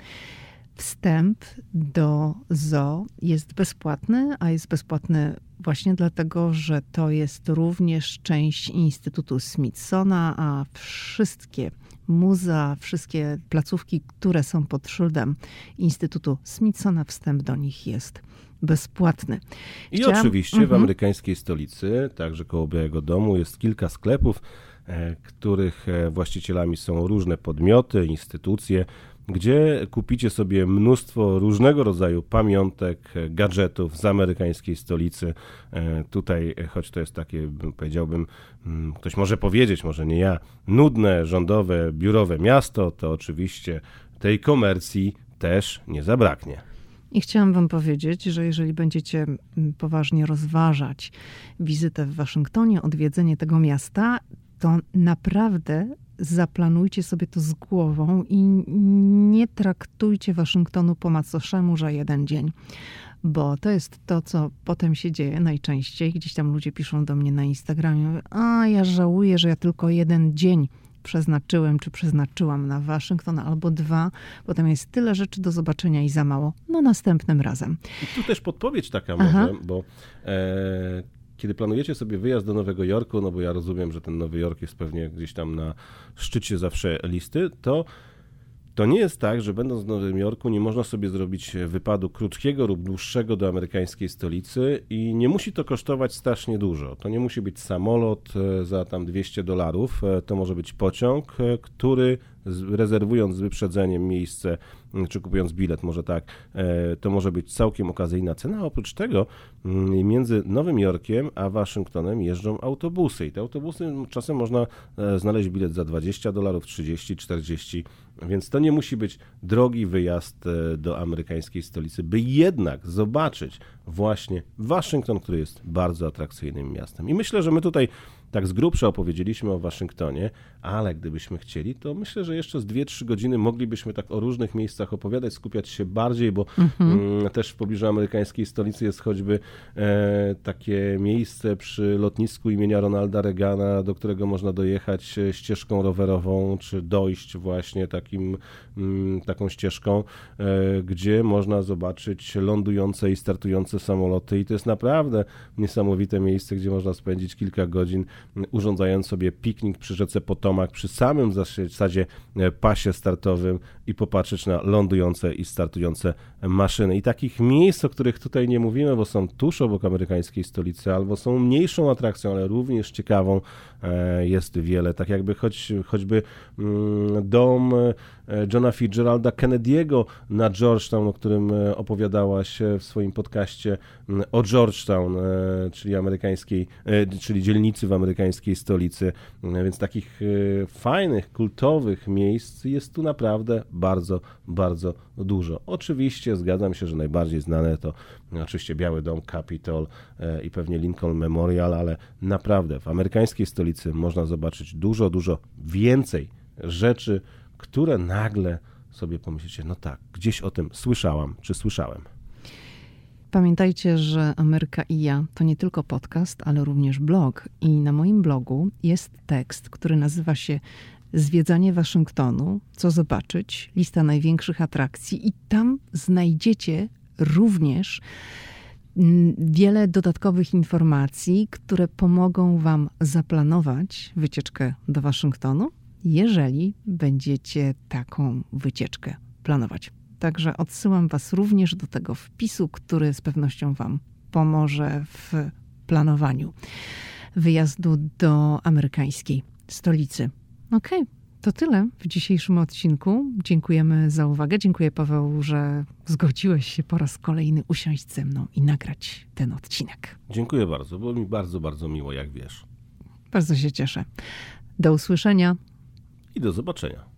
Speaker 1: wstęp do zoo jest bezpłatny, a jest bezpłatny właśnie dlatego, że to jest również część Instytutu Smithsona, a wszystkie muzea, wszystkie placówki, które są pod szyldem Instytutu Smithsona, wstęp do nich jest bezpłatny.
Speaker 2: I oczywiście w amerykańskiej stolicy, także koło Białego Domu, jest kilka sklepów, których właścicielami są różne podmioty, instytucje, gdzie kupicie sobie mnóstwo różnego rodzaju pamiątek, gadżetów z amerykańskiej stolicy. Tutaj, choć to jest takie, powiedziałbym, ktoś może powiedzieć, może nie ja, nudne, rządowe, biurowe miasto, to oczywiście tej komercji też nie zabraknie.
Speaker 1: I chciałam wam powiedzieć, że jeżeli będziecie poważnie rozważać wizytę w Waszyngtonie, odwiedzenie tego miasta, to naprawdę zaplanujcie sobie to z głową i nie traktujcie Waszyngtonu po macoszemu, że jeden dzień. Bo to jest to, co potem się dzieje najczęściej. Gdzieś tam ludzie piszą do mnie na Instagramie, ja żałuję, że ja tylko jeden dzień przeznaczyłem, czy przeznaczyłam na Waszyngton, albo 2, bo tam jest tyle rzeczy do zobaczenia i za mało. Następnym razem.
Speaker 2: I tu też podpowiedź taka może, bo kiedy planujecie sobie wyjazd do Nowego Jorku, bo ja rozumiem, że ten Nowy Jork jest pewnie gdzieś tam na szczycie zawsze listy, to nie jest tak, że będąc w Nowym Jorku nie można sobie zrobić wypadu krótkiego lub dłuższego do amerykańskiej stolicy i nie musi to kosztować strasznie dużo. To nie musi być samolot za tam $200, to może być pociąg, który rezerwując z wyprzedzeniem miejsce, czy kupując bilet, może tak, to może być całkiem okazyjna cena. Oprócz tego między Nowym Jorkiem a Waszyngtonem jeżdżą autobusy i te autobusy czasem można znaleźć bilet za $20, 30, 40, więc to nie musi być drogi wyjazd do amerykańskiej stolicy, by jednak zobaczyć właśnie Waszyngton, który jest bardzo atrakcyjnym miastem. I myślę, że my tutaj tak z grubsza opowiedzieliśmy o Waszyngtonie, ale gdybyśmy chcieli, to myślę, że jeszcze z 2-3 godziny moglibyśmy tak o różnych miejscach opowiadać, skupiać się bardziej, bo też w pobliżu amerykańskiej stolicy jest choćby takie miejsce przy lotnisku imienia Ronalda Reagana, do którego można dojechać ścieżką rowerową, czy dojść właśnie taką ścieżką, gdzie można zobaczyć lądujące i startujące samoloty i to jest naprawdę niesamowite miejsce, gdzie można spędzić kilka godzin urządzając sobie piknik przy rzece Potomac, przy samym w zasadzie pasie startowym i popatrzeć na lądujące i startujące maszyny. I takich miejsc, o których tutaj nie mówimy, bo są tuż obok amerykańskiej stolicy, albo są mniejszą atrakcją, ale również ciekawą, jest wiele. Tak jakby choćby dom Johna Fitzgeralda Kennedy'ego na Georgetown, o którym opowiadałaś w swoim podcaście o Georgetown, czyli dzielnicy w amerykańskiej stolicy. Więc takich fajnych, kultowych miejsc jest tu naprawdę bardzo, bardzo dużo. Oczywiście zgadzam się, że najbardziej znane to oczywiście Biały Dom, Capitol i pewnie Lincoln Memorial, ale naprawdę w amerykańskiej stolicy można zobaczyć dużo, dużo więcej rzeczy, które nagle sobie pomyślicie, no tak, gdzieś o tym słyszałam, czy słyszałem.
Speaker 1: Pamiętajcie, że Ameryka i ja to nie tylko podcast, ale również blog. I na moim blogu jest tekst, który nazywa się Zwiedzanie Waszyngtonu, co zobaczyć, lista największych atrakcji i tam znajdziecie również wiele dodatkowych informacji, które pomogą wam zaplanować wycieczkę do Waszyngtonu, jeżeli będziecie taką wycieczkę planować. Także odsyłam was również do tego wpisu, który z pewnością wam pomoże w planowaniu wyjazdu do amerykańskiej stolicy. Okej, to tyle w dzisiejszym odcinku. Dziękujemy za uwagę. Dziękuję, Paweł, że zgodziłeś się po raz kolejny usiąść ze mną i nagrać ten odcinek.
Speaker 2: Dziękuję bardzo, było mi bardzo, bardzo miło, jak wiesz.
Speaker 1: Bardzo się cieszę. Do usłyszenia.
Speaker 2: I do zobaczenia.